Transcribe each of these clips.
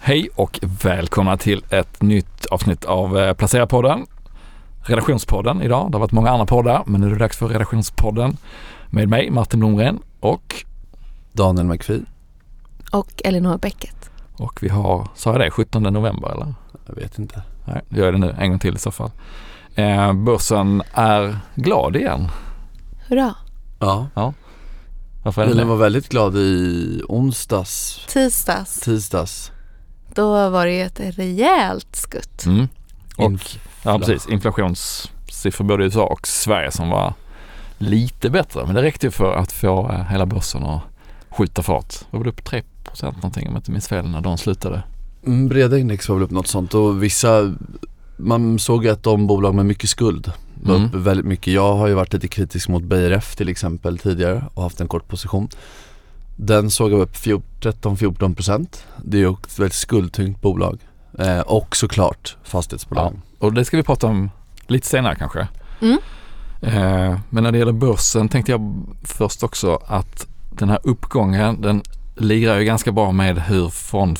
Hej och välkomna till ett nytt avsnitt av Placera-podden. Redaktionspodden idag. Det har varit många andra poddar, men nu är det dags för Redaktionspodden med mig, Martin Blomgren och Daniel McPhee. Och Elinor Bäcket. Och vi har, sa jag det, 17 november eller? Jag vet inte. Nej, jag gör det nu en gång till i så fall. Börsen är glad igen. Hurra. Ja. Varför är det? Den var väldigt glad i onsdags. Tisdags. Då var det ett rejält skutt. Mm. Och ja, precis. Inflationssiffror både i USA och Sverige som var lite bättre. Men det räckte ju för att få hela börsen att skjuta fart. Det var upp 3% någonting om jag inte minns fel när de slutade. Breda index var väl upp något sånt. Och vissa, man såg att de bolag med mycket skuld var upp väldigt mycket. Jag har ju varit lite kritisk mot BRF till exempel tidigare och haft en kort position. Den såg upp 13-14%. Det är ju ett väldigt skuldtyngt bolag. Och såklart fastighetsbolag. Ja, och det ska vi prata om lite senare kanske. Men när det gäller börsen tänkte jag först också att den här uppgången, den lirar ju ganska bra med hur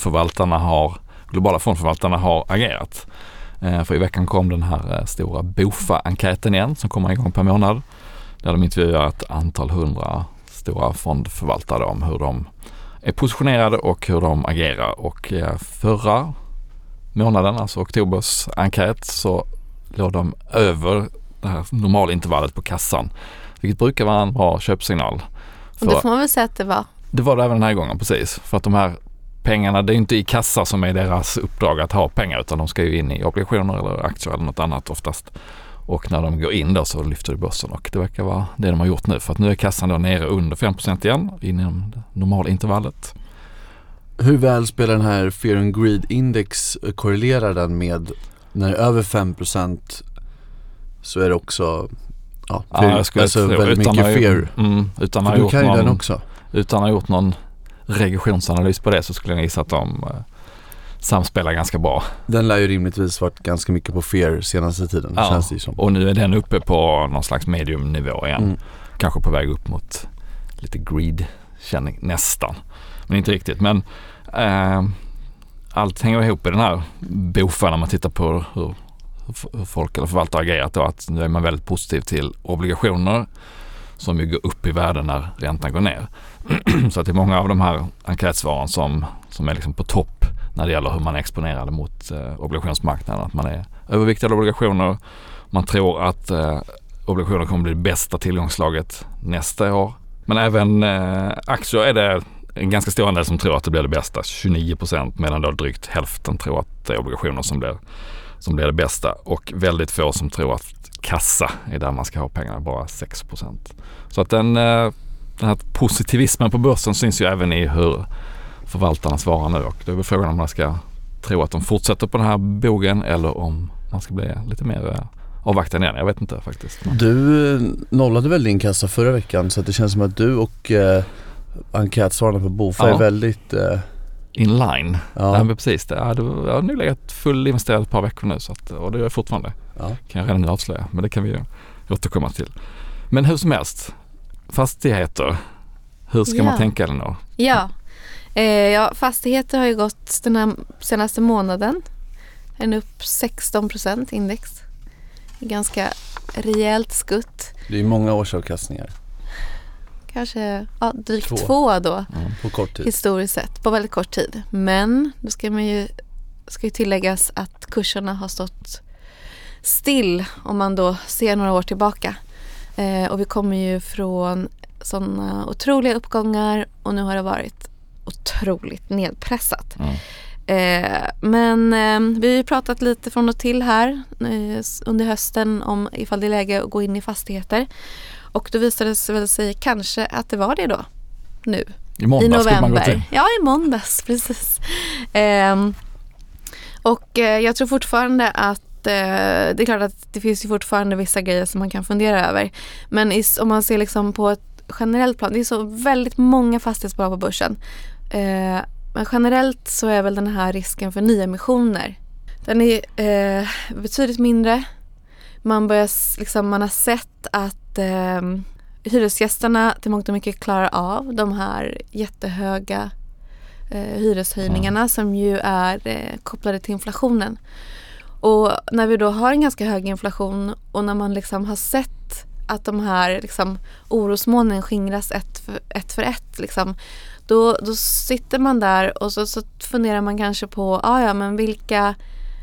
globala fondförvaltarna har agerat. För i veckan kom den här stora BOFA-enkäten igen som kommer igång per månad. Där de intervjuar ett antal 100 stora fondförvaltare om hur de är positionerade och hur de agerar. Och förra månaden, alltså oktobers enkät, så låg de över det här normalintervallet på kassan. Vilket brukar vara en bra köpsignal. Och det får man väl säga att det var. Det var det även den här gången, precis. För att de här pengarna, det är inte i kassa som är deras uppdrag att ha pengar, utan de ska ju in i obligationer eller aktier eller något annat oftast. Och när de går in då så lyfter det börsen och det verkar vara det de har gjort nu. För att nu är kassan då nere under 5% igen inom det normalintervallet. Hur väl spelar den här Fear and Greed Index, korrelerar den med när det är över 5% så är det också väldigt mycket fear. Utan att ha gjort någon regressionsanalys på det så skulle jag gissa att de samspelar ganska bra. Den lär ju rimligtvis varit ganska mycket på fear senaste tiden, känns det som. Och nu är den uppe på någon slags mediumnivå igen. Kanske på väg upp mot lite greed-känning nästan. Men inte riktigt. Men allt hänger ihop i den här BOFA när man tittar på hur folk eller förvaltare agerat då, att nu är man väldigt positiv till obligationer som ju går upp i värde när räntan går ner. Så att det är många av de här enkätsvaren som är liksom på topp när det gäller hur man är exponerade mot obligationsmarknaden. Att man är överviktad obligationer. Man tror att obligationer kommer bli det bästa tillgångslaget nästa år. Men även aktier är det en ganska stor andel som tror att det blir det bästa. 29%, medan då drygt hälften tror att det är obligationer som blir det bästa. Och väldigt få som tror att kassa är där man ska ha pengarna, bara 6%. Så att den här positivismen på börsen syns ju även i hur förvaltarna svarar nu. Och det är väl frågan om man ska tro att de fortsätter på den här bogen eller om man ska bli lite mer avvaktande igen. Jag vet inte faktiskt. Du nollade väl din kassa förra veckan, så att det känns som att du och enkätsvararna på BOFA är väldigt inline. Ja, men precis. Jag har nu legat full investerat ett par veckor nu så att, och det är jag fortfarande. Kan jag redan nu avslöja, men det kan vi ju återkomma till. Men hur som helst, fastigheter, hur ska man tänka den då? Fastigheter har ju gått den här senaste månaden. En upp 16% index. Ganska rejält skutt. Det är många årsavkastningar. Kanske drygt 2 då. På kort tid. Historiskt sett, på väldigt kort tid. Men då ska ju tilläggas att kurserna har stått still om man då ser några år tillbaka. Och vi kommer ju från sådana otroliga uppgångar och nu har det varit otroligt nedpressat. Men vi har ju pratat lite från och till här under hösten om ifall det är läge att gå in i fastigheter. Och då visade det väl sig kanske att det var det då. Nu. I måndags i november. Man gå till. Ja, i måndags, precis. Och jag tror fortfarande att det är klart att det finns ju fortfarande vissa grejer som man kan fundera över. Men om man ser liksom på ett generellt plan, det är så väldigt många fastighetsbolag på börsen. Men generellt så är väl den här risken för nyemissioner. Den är betydligt mindre. Man har sett att hyresgästerna till mångt och mycket klarar av de här jättehöga hyreshöjningarna som ju är kopplade till inflationen. Och när vi då har en ganska hög inflation och när man liksom har sett att de här liksom orosmolnen skingras ett för ett liksom, då sitter man där och så funderar man kanske på men vilka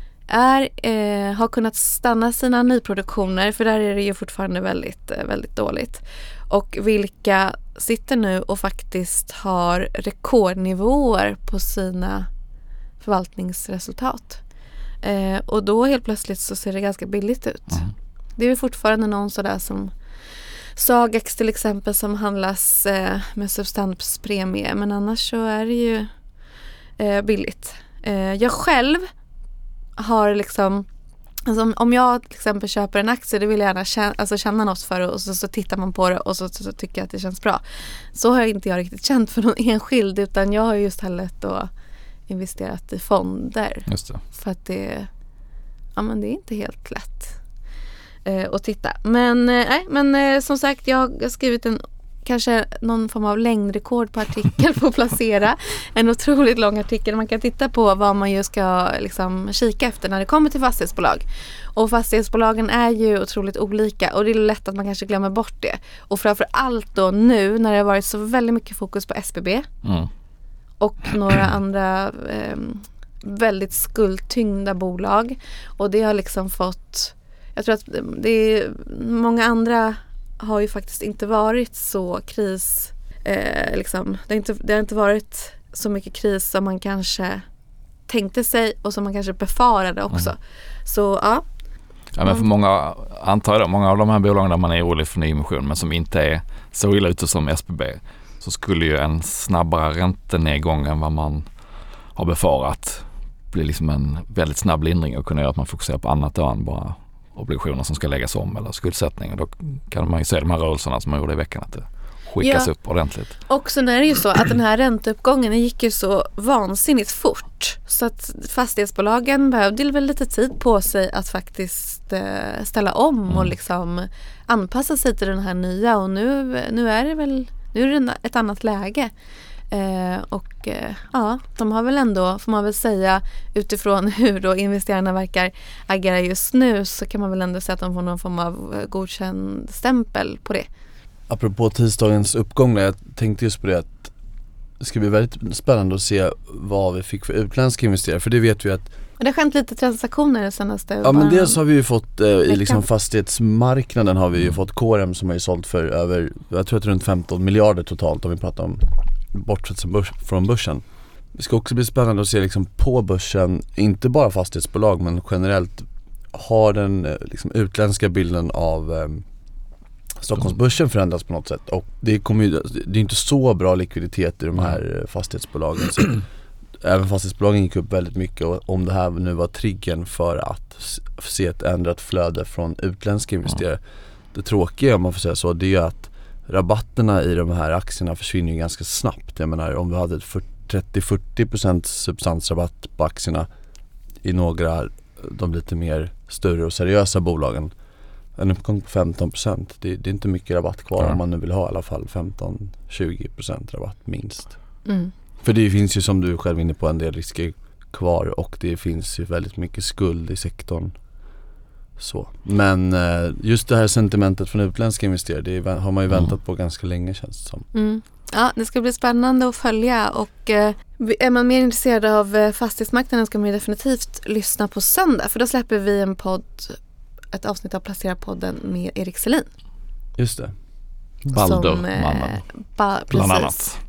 har kunnat stanna sina nyproduktioner, för där är det ju fortfarande väldigt, väldigt dåligt, och vilka sitter nu och faktiskt har rekordnivåer på sina förvaltningsresultat. Och då helt plötsligt så ser det ganska billigt ut. Det är ju fortfarande någon sådär som Sagax till exempel som handlas med substanspremie, men annars så är det ju billigt. Jag själv har liksom, alltså om jag till exempel köper en aktie, det vill jag gärna känna något för, och så tittar man på det och så tycker jag att det känns bra. Så har inte jag riktigt känt för någon enskild, utan jag har ju istället då investerat i fonder. Just det. För att det är inte helt lätt att titta. Men som sagt, jag har skrivit kanske någon form av längdrekord på artikel på att placera. En otroligt lång artikel. Man kan titta på vad man ju ska liksom kika efter när det kommer till fastighetsbolag. Och fastighetsbolagen är ju otroligt olika, och det är lätt att man kanske glömmer bort det. Och framför allt då nu när det har varit så väldigt mycket fokus på SBB och några andra väldigt skuldtyngda bolag. Och det har liksom fått, jag tror att många andra har ju faktiskt inte varit så kris, det har inte varit så mycket kris som man kanske tänkte sig och som man kanske befarade också. Så ja. Ja, men för många, antar jag då, många av de här bolagen där man är orolig för nyemission men som inte är så illa ute som SBB, så skulle ju en snabbare räntenedgång än vad man har befarat bli liksom en väldigt snabb lindring och kunna göra att man fokuserar på annat än bara obligationer som ska läggas om eller skuldsättning. Och då kan man ju se de här rörelserna som man gjorde i veckan, att det skickas upp ordentligt. Och sen är det ju så att den här ränteuppgången gick ju så vansinnigt fort, så att fastighetsbolagen behövde väl lite tid på sig att faktiskt ställa om och liksom anpassa sig till den här nya, och nu är det ett annat läge. De har väl ändå, får man väl säga, utifrån hur då investerarna verkar agera just nu, så kan man väl ändå säga att de får någon form av godkänd stämpel på det. Apropå tisdagens uppgång, jag tänkte just på det att det ska bli väldigt spännande att se vad vi fick för utländska investerare, för det vet vi att det har skänt lite transaktioner det senaste. Ja, men dels har vi ju fått i liksom fastighetsmarknaden har vi ju fått KRM som har ju sålt för över, jag tror att runt 15 miljarder totalt om vi pratar om bortsett från börsen. Det ska också bli spännande att se liksom på börsen, inte bara fastighetsbolag men generellt, har den liksom utländska bilden av Stockholmsbörsen förändrats på något sätt, och det är inte så bra likviditet i de här fastighetsbolagen, så även fastighetsbolagen gick upp väldigt mycket, och om det här nu var triggern för att se ett ändrat flöde från utländska investerare. Det tråkiga, om man får säga så, det är ju att rabatterna i de här aktierna försvinner ju ganska snabbt. Jag menar, om vi hade 30-40% substansrabatt på aktierna i några, de lite mer större och seriösa bolagen, en uppgång på 15%, det är inte mycket rabatt kvar om man nu vill ha i alla fall 15-20% rabatt minst. För det finns ju, som du själv är inne på, en del risker kvar, och det finns ju väldigt mycket skuld i sektorn. Så. Men just det här sentimentet från utländska investerare, det har man ju väntat på ganska länge, känns det som. Ja, det ska bli spännande att följa, och är man mer intresserad av fastighetsmarknaden ska man ju definitivt lyssna på söndag, för då släpper vi ett avsnitt av Placera-podden med Erik Selin. Just det. Balder-mannen. Bland annat.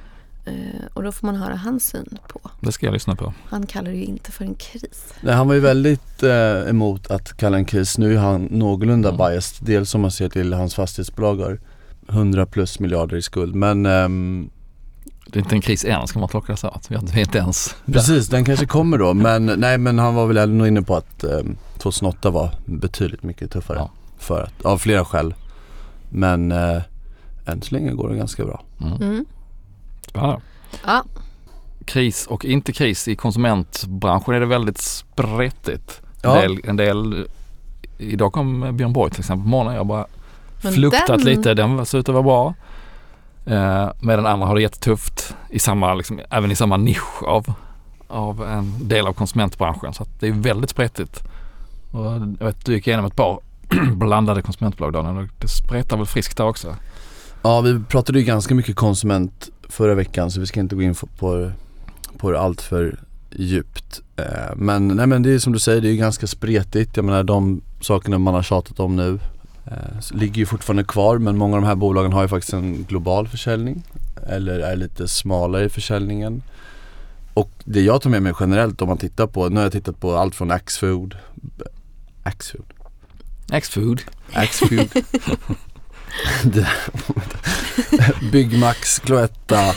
Och då får man höra hans syn på. Det ska jag lyssna på. Han kallar det ju inte för en kris. Nej, han var ju väldigt emot att kalla en kris. Nu är han någorlunda biased. Dels som man ser till hans fastighetsbolag har 100+ miljarder i skuld. Men det är inte en kris än, ska man tolka det så att vi vet inte ens. Precis, den kanske kommer då. Men han var väl ändå inne på att 2008 var betydligt mycket tuffare. För att, av flera skäl. Men än så länge går det ganska bra. Ja. Kris och inte kris i konsumentbranschen är det väldigt spretigt. En del idag kom Björn Borg till exempel på morgonen, jag bara fluktat lite, den ser ut att vara bra. Medan andra har det jättetufft i samma, liksom, även i samma nisch av en del av konsumentbranschen. Så att det är väldigt spretigt. Och jag vet, du gick igenom ett par blandade konsumentbolag då, det spretar väl friskt där också? Ja, vi pratade ju ganska mycket konsument förra veckan, så vi ska inte gå in på det allt för djupt. Men det är som du säger, det är ju ganska spretigt. Jag menar, de sakerna man har tjatat om nu ligger ju fortfarande kvar, men många av de här bolagen har ju faktiskt en global försäljning eller är lite smalare i försäljningen. Och det jag tar med mig generellt, om man tittar på, nu har jag tittat på allt från Axfood Byggmax, Cloetta,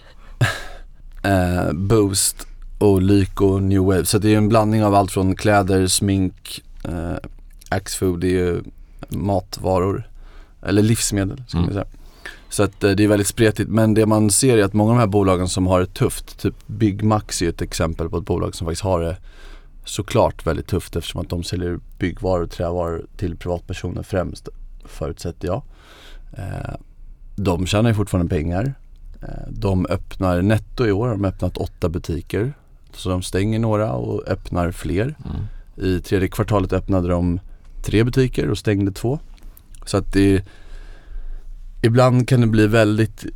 Boost och Lyko, New Wave. Så det är en blandning av allt från kläder, smink, Axfood, det är ju matvaror eller livsmedel ska man säga. Så att det är väldigt spretigt, men det man ser är att många av de här bolagen som har det tufft, typ Byggmax är ett exempel på ett bolag som faktiskt har det såklart väldigt tufft, eftersom att de säljer byggvaror och trävaror till privatpersoner främst, förutsätter jag. De tjänar ju fortfarande pengar. De öppnar netto i år, de har öppnat 8 butiker, så de stänger några och öppnar fler. I tredje kvartalet öppnade de 3 butiker och stängde 2. Så att ibland kan det bli väldigt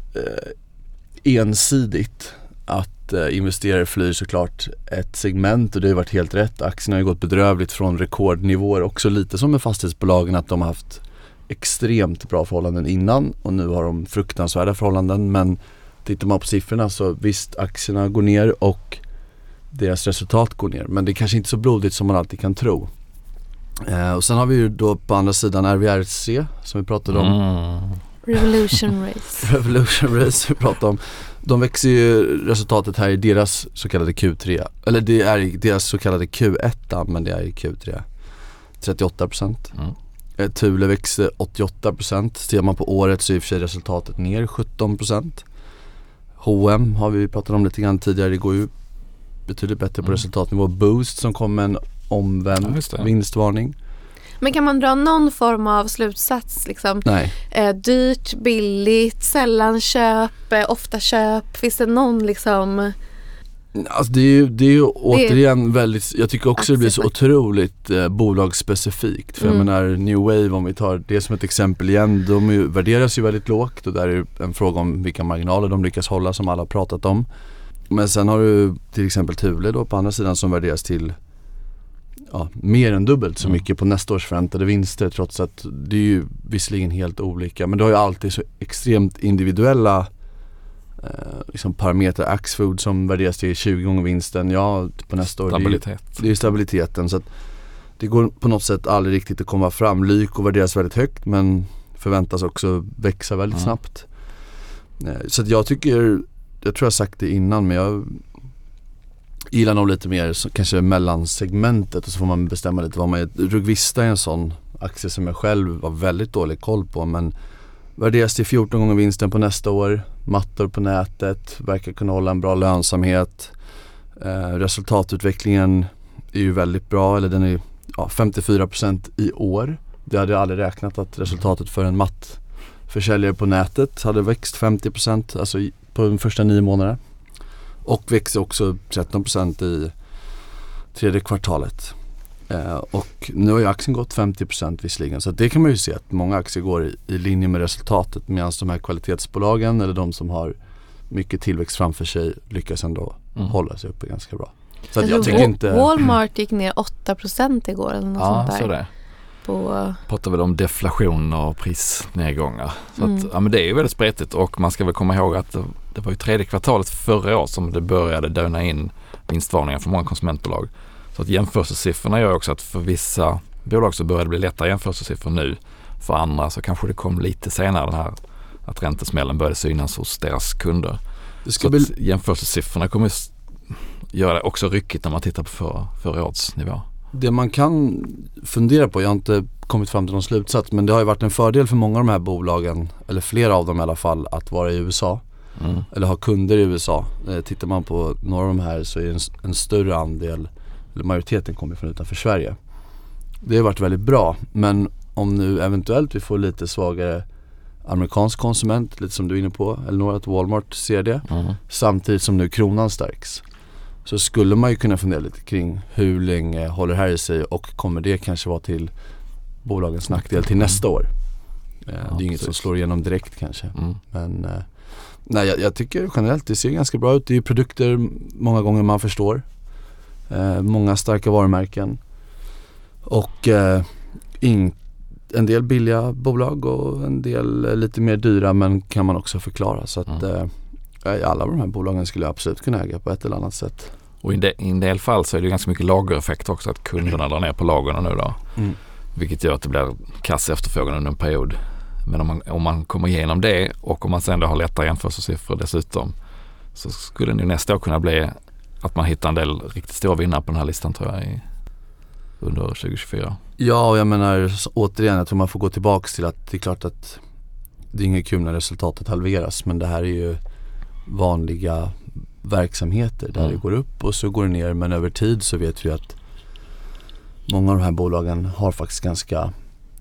ensidigt att investerare flyr såklart ett segment, och det har varit helt rätt. Aktierna har ju gått bedrövligt från rekordnivåer, också lite som med fastighetsbolagen, att de har haft extremt bra förhållanden innan och nu har de fruktansvärda förhållanden. Men tittar man på siffrorna så visst, aktierna går ner och deras resultat går ner, men det är kanske inte så blodigt som man alltid kan tro. Och sen har vi ju då på andra sidan RVRC som vi pratade om. Revolution Race vi pratade om. De växer ju resultatet här i deras så kallade Q3. Eller det är i deras så kallade Q1, men det är i Q3. 38%. Thule växer 88%. Ser man på året så är i och för sig resultatet ner 17%. H&M har vi pratat om lite grann tidigare. Det går ju betydligt bättre på resultatnivå. Boost som kom med en omvänd vinstvarning. Men kan man dra någon form av slutsats? Liksom? Nej. Dyrt, billigt, sällan köp, ofta köp. Finns det någon liksom... Alltså det är ju återigen väldigt, jag tycker också det blir så otroligt bolagsspecifikt. För jag menar New Wave, om vi tar det som ett exempel igen, de värderas ju väldigt lågt, och där är en fråga om vilka marginaler de lyckas hålla, som alla har pratat om. Men sen har du till exempel Thule då på andra sidan, som värderas till mer än dubbelt så mycket på nästa års förväntade vinster, trots att det är ju visserligen helt olika, men det har ju alltid så extremt individuella liksom parametrar. Axfood som värderas till 20 gånger vinsten, på nästa år. Det är ju stabiliteten, så att det går på något sätt aldrig riktigt att komma fram. Lyko värderas väldigt högt, men förväntas också växa väldigt snabbt. Så att jag tror jag har sagt det innan, men jag gillar nog lite mer så, kanske mellansegmentet, och så får man bestämma lite vad man är. Rugvista är en sån aktie som jag själv var väldigt dålig koll på, men värderas till 14 gånger vinsten på nästa år. Mattor på nätet, verkar kunna hålla en bra lönsamhet. Resultatutvecklingen är ju väldigt bra, eller den är 54% i år. Det hade jag aldrig räknat, att resultatet för en mattförsäljare på nätet hade växt 50%, alltså på de första 9 månaderna. Och växer också 13% i tredje kvartalet. Och nu har ju aktien gått 50% visserligen. Så det kan man ju se att många aktier går i linje med resultatet, medan de här kvalitetsbolagen eller de som har mycket tillväxt framför sig lyckas ändå hålla sig uppe ganska bra. Så att jag tycker inte... Walmart gick ner 8% igår eller något sånt där. Så det. Pratar väl om deflation och prisnedgångar. Så att, men det är ju väldigt spretigt, och man ska väl komma ihåg att det var ju tredje kvartalet förra året som det började döna in vinstvarningar för många konsumentbolag. Så att jämförelsesiffrorna gör också att för vissa bolag så börjar det bli lättare jämförelsesiffror nu. För andra så kanske det kom lite senare, den här att räntesmällen började synas hos deras kunder. Så att jämförelsesiffrorna kommer göra det också ryckigt när man tittar på förra årets nivå. Det man kan fundera på, jag har inte kommit fram till någon slutsats, men det har ju varit en fördel för många av de här bolagen, eller flera av dem i alla fall, att vara i USA. Eller ha kunder i USA. Tittar man på några av de här så är en större andel, eller majoriteten kommer från utanför Sverige. Det har varit väldigt bra, men om nu eventuellt vi får lite svagare amerikansk konsument, lite som du är inne på, eller några att Walmart ser det, samtidigt som nu kronan stärks. Så skulle man ju kunna fundera lite kring hur länge håller här i sig och kommer det kanske vara till bolagens nackdel till nästa år. Det är inget som slår igenom direkt kanske. Men nej, jag tycker generellt det ser ganska bra ut. Det är ju produkter många gånger man förstår. Många starka varumärken. Och en del billiga bolag och en del lite mer dyra, men kan man också förklara. Så att alla de här bolagen skulle jag absolut kunna äga på ett eller annat sätt. Och i en del fall så är det ganska mycket lagereffekt också, att kunderna drar ner på lagren nu då. Vilket gör att det blir kass efterfrågan under en period. Men om man kommer igenom det och om man sen då har lättare jämförelsesiffror dessutom, så skulle det nästa år kunna bli att man hittar en del riktigt stora vinnare på den här listan, tror jag, under 2024. Ja, och jag menar återigen, jag tror man får gå tillbaka till att det är klart att det är inget kul när resultatet halveras, men det här är ju vanliga verksamheter där det går upp och så går det ner, men över tid så vet vi att många av de här bolagen har faktiskt ganska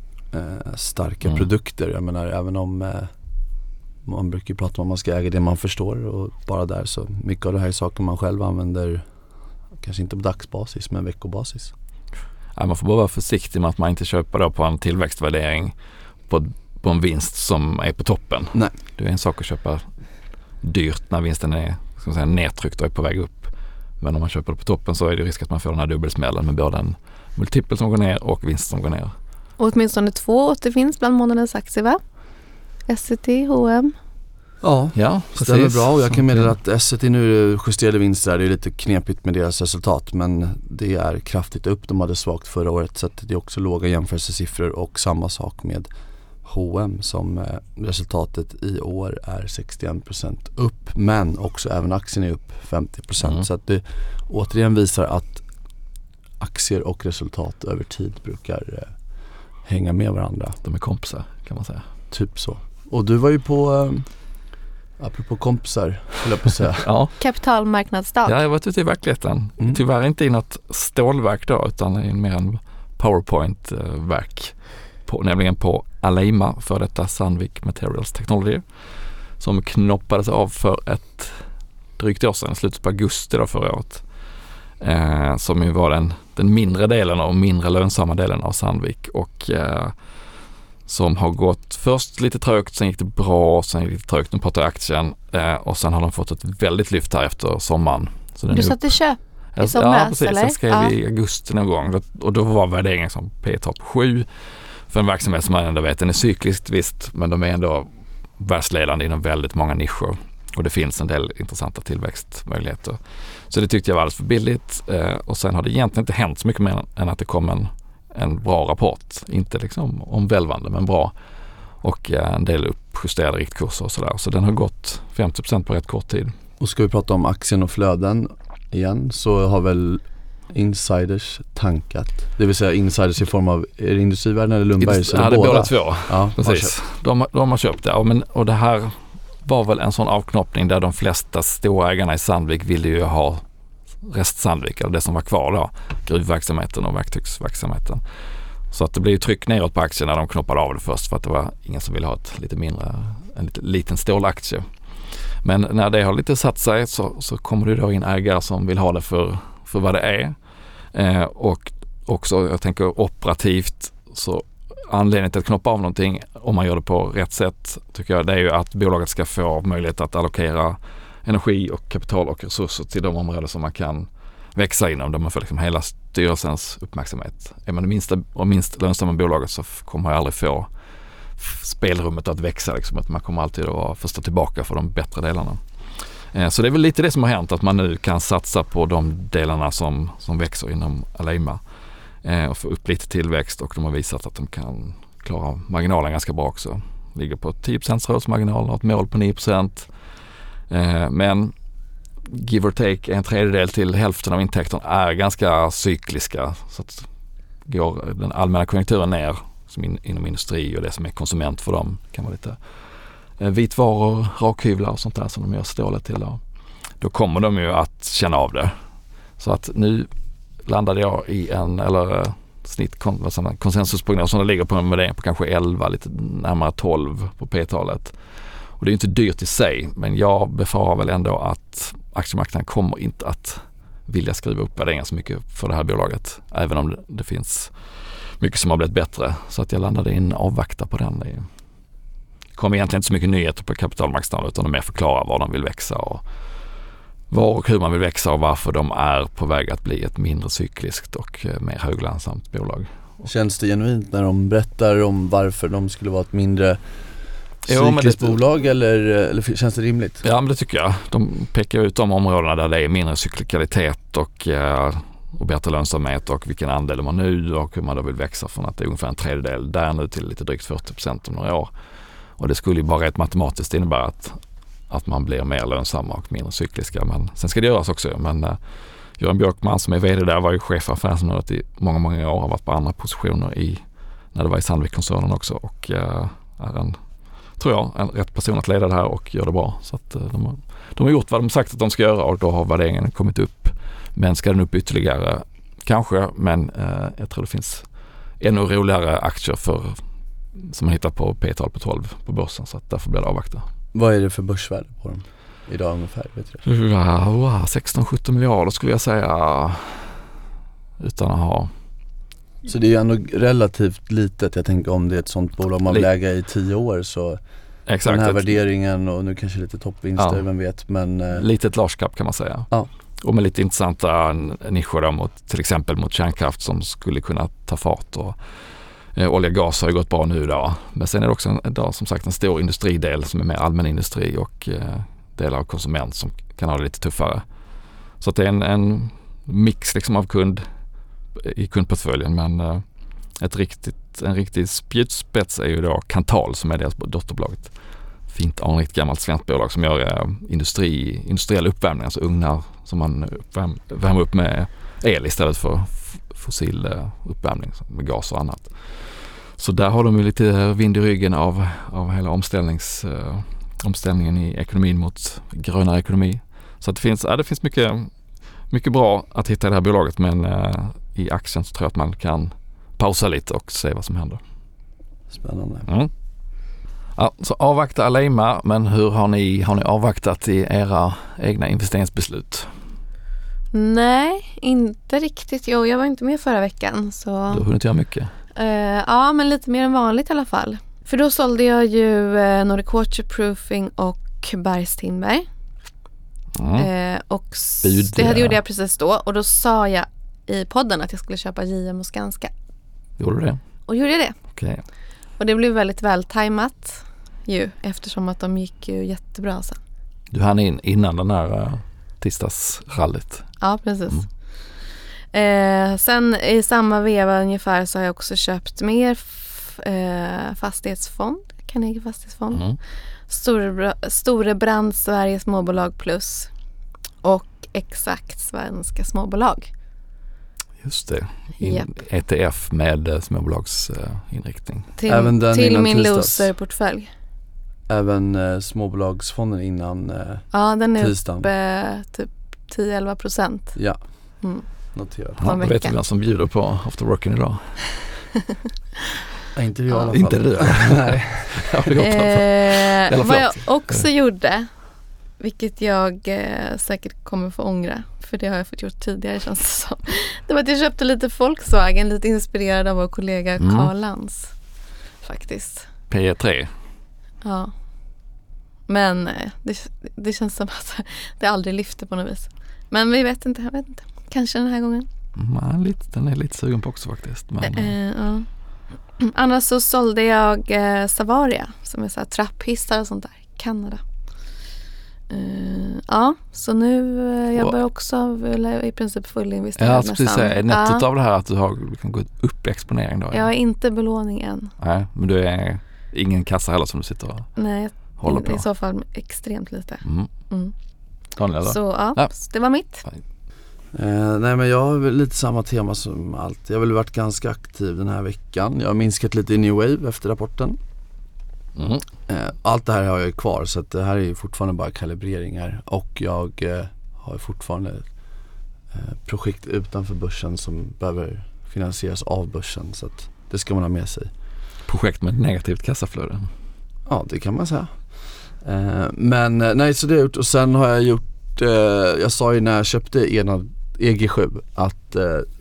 starka produkter. Jag menar, även om man brukar prata om att man ska äga det man förstår, och bara där så mycket av det här är saker man själv använder, kanske inte på dagsbasis men veckobasis. Ja, man får bara vara försiktig med att man inte köper då på en tillväxtvärdering på en vinst som är på toppen. Nej. Det är en sak att köpa dyrt när vinsten är, ska man säga, nedtryckt och är på väg upp. Men om man köper det på toppen så är det risk att man får den här dubbelsmällen med både en multipel som går ner och vinst som går ner. Och åtminstone 2 återfinns bland månadens aktier, va? Essity, H&M. Ja, stämmer bra, och jag kan meddela att Essity nu justerade vinster. Det är lite knepigt med deras resultat, men det är kraftigt upp. De hade svagt förra året, så att det är också låga jämförelsesiffror, och samma sak med H&M som resultatet i år är 61% upp, men också även aktien är upp 50%. Så att det återigen visar att aktier och resultat över tid brukar hänga med varandra. De är kompisar, kan man säga. Typ så. Och du var ju på apropå kompisar, skulle jag på säga. Ja. Kapitalmarknadsdag. Ja, jag har varit ute i verkligheten. Tyvärr inte i något stålverk då, utan i mer en PowerPoint-verk. Nämligen på Alleima, för detta Sandvik Materials Technology, som knoppades av för ett drygt år sedan, slutet på augusti då förra året. Som ju var den mindre delen och mindre lönsamma delen av Sandvik, och som har gått först lite trögt, sen gick det bra, sen gick det lite trögt, nu pratar aktien, och sen har de fått ett väldigt lyft här efter sommaren. Så du satte köp i somras, ja, precis, eller? Jag skrev i augusti någon gång, och då var värderingen som P-top 7 för en verksamhet som man ändå vet, den är cykliskt visst, men de är ändå världsledande inom väldigt många nischer, och det finns en del intressanta tillväxtmöjligheter. Så det tyckte jag var alldeles för billigt, och sen har det egentligen inte hänt så mycket mer än att det kom en bra rapport. Inte liksom omvälvande, men bra. Och en del uppjusterade riktkurser och sådär. Så den har gått 50% på rätt kort tid. Och ska vi prata om aktien och flöden igen, så har väl insiders tankat. Det vill säga insiders i form av, är det Industrivärden eller Lundbergs? Ja, det är båda två. Ja, precis. De har köpt det. Ja, och det här var väl en sån avknoppning där de flesta stora ägarna i Sandvik ville ju ha rest Sandvik, eller det som var kvar då, gruvverksamheten och verktygsverksamheten. Så att det blev ju tryck neråt på aktien när de knoppade av det först, för att det var ingen som ville ha en liten stålaktie. Men när det har lite satt sig så kommer det då in ägare som vill ha det för vad det är. Och också, jag tänker operativt, så anledningen till att knoppa av någonting, om man gör det på rätt sätt, tycker jag, det är ju att bolaget ska få möjlighet att allokera energi och kapital och resurser till de områden som man kan växa inom, där man får liksom hela styrelsens uppmärksamhet. Är man det minst lönsamma bolaget, så kommer man aldrig få spelrummet att växa. Liksom, att man kommer alltid att få stå tillbaka för de bättre delarna. Så det är väl lite det som har hänt, att man nu kan satsa på de delarna som växer inom Alleima och få upp lite tillväxt, och de har visat att de kan klara marginalen ganska bra också. Ligger på 10% rörelsemarginal och ett mål på 9%. Men give or take, 1/3 till hälften av intäkterna är ganska cykliska, så att går den allmänna konjunkturen ner, som inom industri och det som är konsument för dem, kan vara lite vitvaror, rakhyvlar och sånt där som de gör stålet till, då kommer de ju att känna av det. Så att nu landade jag konsensusprognoserna ligger på en värdering på kanske 11, lite närmare 12 på P-talet. Och det är inte dyrt i sig, men jag befarar väl ändå att aktiemarknaden kommer inte att vilja skriva upp värderingar så mycket för det här bolaget, även om det finns mycket som har blivit bättre. Så att jag landade in och avvakta på den. Det kommer egentligen inte så mycket nyheter på kapitalmarknaden, utan de mer förklarar var de vill växa och var och hur man vill växa och varför de är på väg att bli ett mindre cykliskt och mer höglönsamt bolag. Känns det genuint när de berättar om varför de skulle vara ett mindre cykliskt bolag eller känns det rimligt? Ja, men det tycker jag. De pekar ut de områdena där det är mindre cyklikalitet och bättre lönsamhet och vilken andel de har nu och hur man då vill växa från att det är ungefär en tredjedel där nu till lite drygt 40% om några år. Och det skulle ju bara rent matematiskt innebära att man blir mer lönsam och mindre cykliska. Men sen ska det göras också. Men Göran Björkman som är vd där var ju chef för affärsområdet i många, många år. Har varit på andra positioner när det var i Sandvik-koncernen också. Och är tror jag, en rätt person att leda det här och gör det bra. Så att de har gjort vad de sagt att de ska göra och då har värderingen kommit upp. Men ska den upp ytterligare? Kanske, men jag tror det finns ännu roligare aktier som man hittar på P-tal på 12 på börsen, så att därför blir det avvakta. Vad är det för börsvärde på dem idag ungefär? Vet du? 16-17 miljarder skulle jag säga, utan att ha. Så det är ju ändå relativt litet. Jag tänker om det är ett sånt bolag man vill äga i 10 år så exakt, den här värderingen och nu kanske lite toppvinster, vem vet. Men litet large cap kan man säga. Ja. Och med lite intressanta nischer då till exempel mot kärnkraft som skulle kunna ta fart och olja och gas har ju gått bra nu idag. Men sen är det också som sagt en stor industridel som är mer allmän industri och delar av konsument som kan ha det lite tuffare. Så att det är en mix liksom av i kundportföljen, men en riktig spjutspets är ju då Kanthal som är deras dotterbolaget. Fint anrikt gammalt svenskt bolag som gör industriell uppvärmning, alltså ugnar som man värmer upp med el istället för fossil uppvärmning med gas och annat. Så där har de ju lite vind i ryggen av hela omställningen i ekonomin mot grönare ekonomi. Så att det finns mycket bra att hitta i det här bolaget, men i aktien så tror jag att man kan pausa lite och se vad som händer. Spännande. Mm. Ja, så avvakta Alleima, men hur har ni avvaktat i era egna investeringsbeslut? Nej, inte riktigt. Jo, jag var inte med förra veckan. Så. Du har hunnit göra mycket. Ja, men lite mer än vanligt i alla fall. För då sålde jag ju Nordic Waterproofing och Bergs Timber. Och det gjorde jag precis då. Och då sa jag i podden att jag skulle köpa JM och Skanska. Gjorde du det? Och gjorde jag det. Okay. Och det blev väldigt vältajmat ju, eftersom att de gick ju jättebra sen. Du hann in innan den här tisdagsrallyt. Ja, precis. Sen i samma veva ungefär så har jag också köpt mer fastighetsfond, Carnegie fastighetsfond. Storebrand Sveriges småbolag plus och Exakt svenska småbolag. Just det. ETF med småbolagsinriktning. Till min loser-portfölj. Även småbolagsfonden innan ja, den är tisdagen. Uppe typ 10-11%. Ja, noterat. Ja, vet du vem som bjuder på After Working idag? Inte jag i alla fall. Inte du? Nej. Vad jag också gjorde, vilket jag säkert kommer få ångra, för det har jag fått gjort tidigare känns det som. Det var att jag köpte lite Volkswagen, lite inspirerad av vår kollega Karl Lantz faktiskt. P3. Ja. Men det känns som att det aldrig lyfter på något vis. Men jag vet inte. Kanske den här gången. Den är lite sugen på också faktiskt. Men, ja. Annars så sålde jag Savaria som är så här trapphissar och sånt där. Kanada. Ja, så nu jag börjar också i princip fullinvestera. Jag skulle säga, är nettot av det här att du kan gå upp i exponering då? Jag är inte belåning än. Nej, men du är ingen kassa heller som du sitter och håller på? I så fall extremt lite. Daniel då? Så det var mitt. Nej, men jag har lite samma tema som allt. Jag har väl varit ganska aktiv den här veckan. Jag har minskat lite i New Wave efter rapporten. Allt det här har jag kvar, så att det här är fortfarande bara kalibreringar. Och jag har fortfarande projekt utanför börsen som behöver finansieras av börsen, så att det ska man ha med sig. Projekt med negativt kassaflöde. Ja, det kan man säga. Men nej, så det har jag gjort. Och sen har jag gjort, jag sa ju när jag köpte EG7 att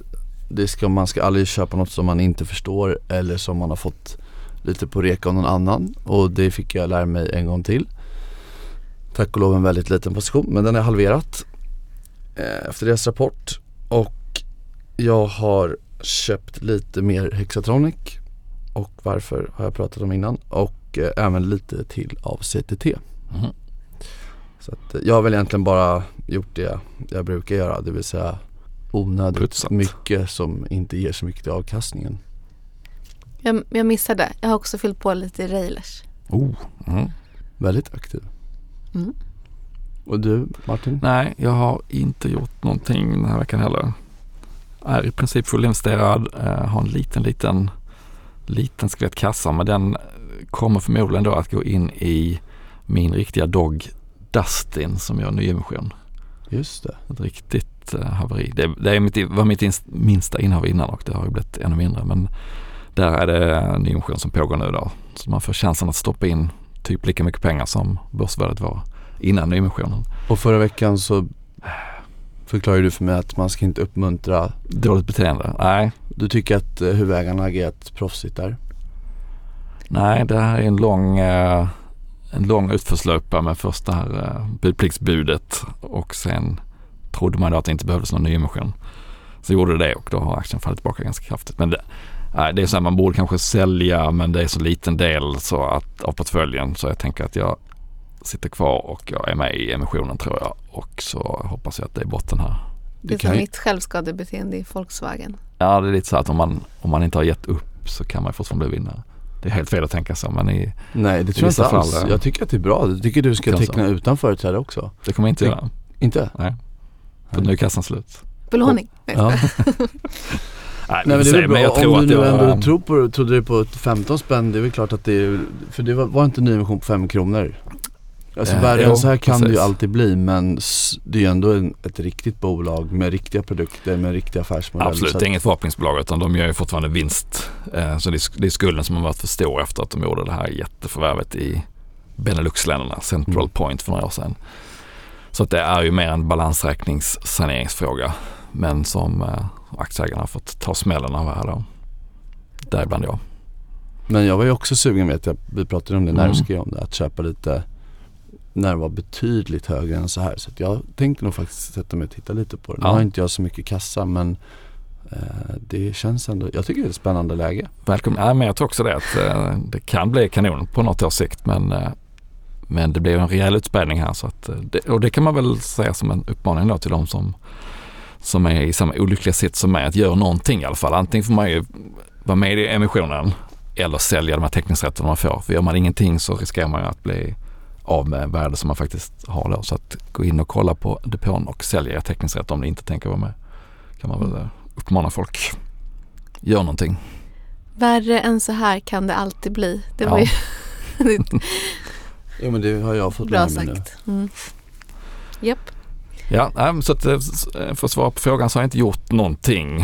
man ska aldrig köpa något som man inte förstår eller som man har fått lite på reka av någon annan, och det fick jag lära mig en gång till. Tack och lov en väldigt liten position, men den är halverat efter deras rapport, och jag har köpt lite mer Hexatronic, och varför har jag pratat om innan, och även lite till av CTT. Så att jag har väl egentligen bara gjort det jag brukar göra, det vill säga onödigt Putsat. mycket som inte ger så mycket till avkastningen. Jag missade. Jag har också fyllt på lite i Railers. Väldigt aktiv. Mm. Och du, Martin? Nej, jag har inte gjort någonting den här veckan heller. Är i princip fullinvesterad, har en liten skvätt kassa, men den kommer förmodligen då att gå in i min riktiga dog Dustin som gör nyemission. Just det. Ett riktigt haveri. Det var mitt minsta innehav innan, och det har ju blivit ännu mindre, men där är det en nyemission som pågår nu då. Så man får chansen att stoppa in typ lika mycket pengar som börsvärdet var innan nyemissionen. Och förra veckan så förklarade du för mig att man ska inte uppmuntra Dåligt beteende. Nej. Du tycker att huvudägarna har agerat proffsigt där? Nej, det här är en lång utförslöpa med först det här budpliktsbudet, och sen trodde man då att det inte behövdes någon nyemission. Så gjorde det, och då har aktien fallit tillbaka ganska kraftigt. Men det är så här, man borde kanske sälja, men det är så liten del så att, av portföljen, så jag tänker att jag sitter kvar och jag är med i emissionen, tror jag, och så hoppas jag att det är botten här. Det är som mitt självskadebeteende i Volkswagen. Ja, det är lite så att om man inte har gett upp så kan man fortfarande bli vinnare. Det är helt fel att tänka så, men nej, det tror jag inte alls. Jag tycker att det är bra. Jag tycker du ska teckna utan företräde också. Det kommer jag inte göra. Inte? Nej. För nu är kassan slut. Belåning. Ja. Nej, men det är bra. Jag tror om du nu ändå trodde du på 15 spänn, det är väl klart att det är, för det var inte en nyemission på 5 kronor. Alltså värre så här kan det ju alltid bli, men det är ju ändå ett riktigt bolag med riktiga produkter, med riktiga affärsmodeller. Absolut, det är inget förhoppningsbolag, utan de gör ju fortfarande vinst. Så det är skulden som har varit för stor efter att de gjorde det här jätteförvärvet i Benelux-länderna, Central Point, för några år sedan. Så att det är ju mer en balansräkningssaneringsfråga, men som aktieägarna har fått ta smällen av här då. Däribland jag. Men jag var ju också sugen, vet jag, vi pratade om det när du skrev om det, att köpa lite när det var betydligt högre än så här. Så att jag tänkte nog faktiskt sätta mig och titta lite på det. Nu har inte jag så mycket kassa, men det känns ändå, jag tycker det är ett spännande läge. Välkommen. Ja, men jag tror också det, att det kan bli kanon på något års sikt, men det blir en rejäl utspädning här, så att, och det kan man väl säga som en uppmaning då till de som är i samma olyckliga sitt som mig, att göra någonting i alla fall. Antingen får man ju vara med i emissionen eller sälja de här teckningsrätterna man får. För gör man ingenting så riskerar man ju att bli av med värde som man faktiskt har då. Så att gå in och kolla på depån och sälja teckningsrätt om ni inte tänker vara med, kan man väl uppmana folk. Gör någonting. Värre än så här kan det alltid bli. Det var ju ja, men det har jag fått bra sagt. Japp. Ja, så att för att svara på frågan så har jag inte gjort någonting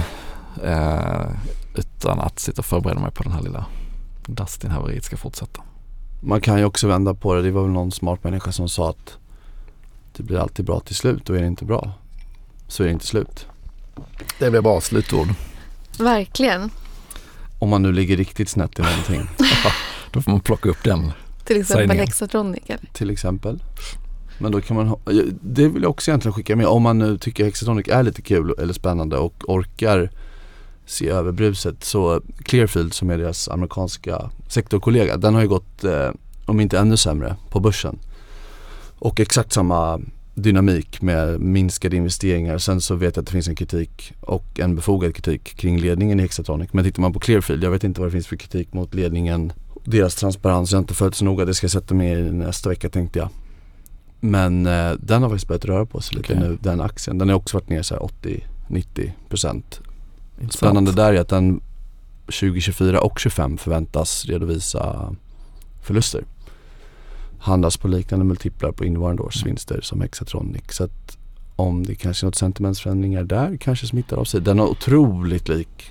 utan att sitta och förbereda mig på den här lilla Dustin-haveriet ska fortsätta. Man kan ju också vända på det. Det var väl någon smart människa som sa att det blir alltid bra till slut, och är det inte bra så är det inte slut. Det blir bara slutord. Verkligen. Om man nu ligger riktigt snett i någonting. Då får man plocka upp den. Till exempel Hexatronic. Till exempel. Men då kan man det vill jag också egentligen skicka med. Om man nu tycker Hexatronic är lite kul eller spännande och orkar se över bruset, så Clearfield, som är deras amerikanska sektorkollega, den har ju gått om inte ännu sämre på börsen. Och exakt samma dynamik med minskade investeringar. Sen så vet jag att det finns en kritik, och en befogad kritik, kring ledningen i Hexatronic. Men tittar man på Clearfield, jag vet inte vad det finns för kritik mot ledningen. Deras transparens, jag har inte följt så noga, det ska jag sätta med i nästa vecka, tänkte jag. Men den har faktiskt börjat röra på sig lite nu, den aktien. Den har också varit ner så här 80-90%. Spännande där är att den 2024 och 2025 förväntas redovisa förluster. Handlas på liknande multiplar på innevarande års vinster som Hexatronic. Så att om det kanske är något sentimentsförändringar där, kanske smittar av sig. Den är otroligt lik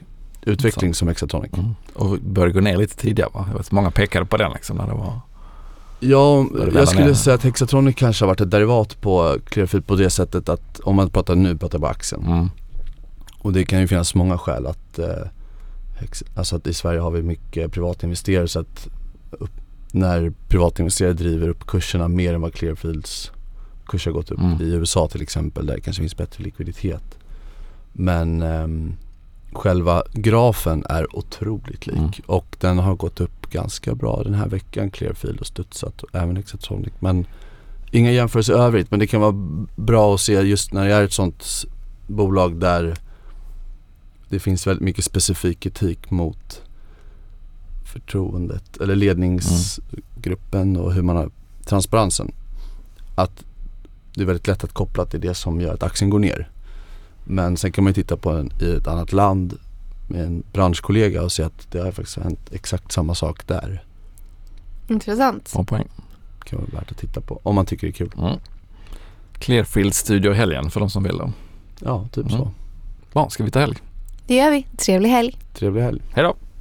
utveckling som Hexatronic. Och började gå ner lite tidigare, va? Jag vet, många pekade på den liksom när det var... Ja, jag skulle ner. säga att Hexatronic kanske har varit ett derivat på Clearfield på det sättet att om man pratar på aktien. Och det kan ju finnas många skäl att alltså att i Sverige har vi mycket privatinvesterare, så att när privatinvesterare driver upp kurserna mer än vad Clearfields kurs har gått upp i USA till exempel, där det kanske finns bättre likviditet. Men själva grafen är otroligt lik och den har gått upp ganska bra den här veckan, Clearfield, och studsat, och även Hexatronic. Men inga jämförelser övrigt, men det kan vara bra att se just när det är ett sånt bolag där det finns väldigt mycket specifik kritik mot förtroendet eller ledningsgruppen och hur man har transparensen, att det är väldigt lätt att koppla till det som gör att aktien går ner. Men sen kan man ju titta på i ett annat land med en branschkollega och se att det har faktiskt hänt exakt samma sak där. Intressant. Bra poäng. Kan vara värt att titta på om man tycker det är kul. Clearfield studio i helgen för de som vill då. Ja, typ så. Bra, ska vi ta helg? Det gör vi. Trevlig helg. Trevlig helg. Hej då!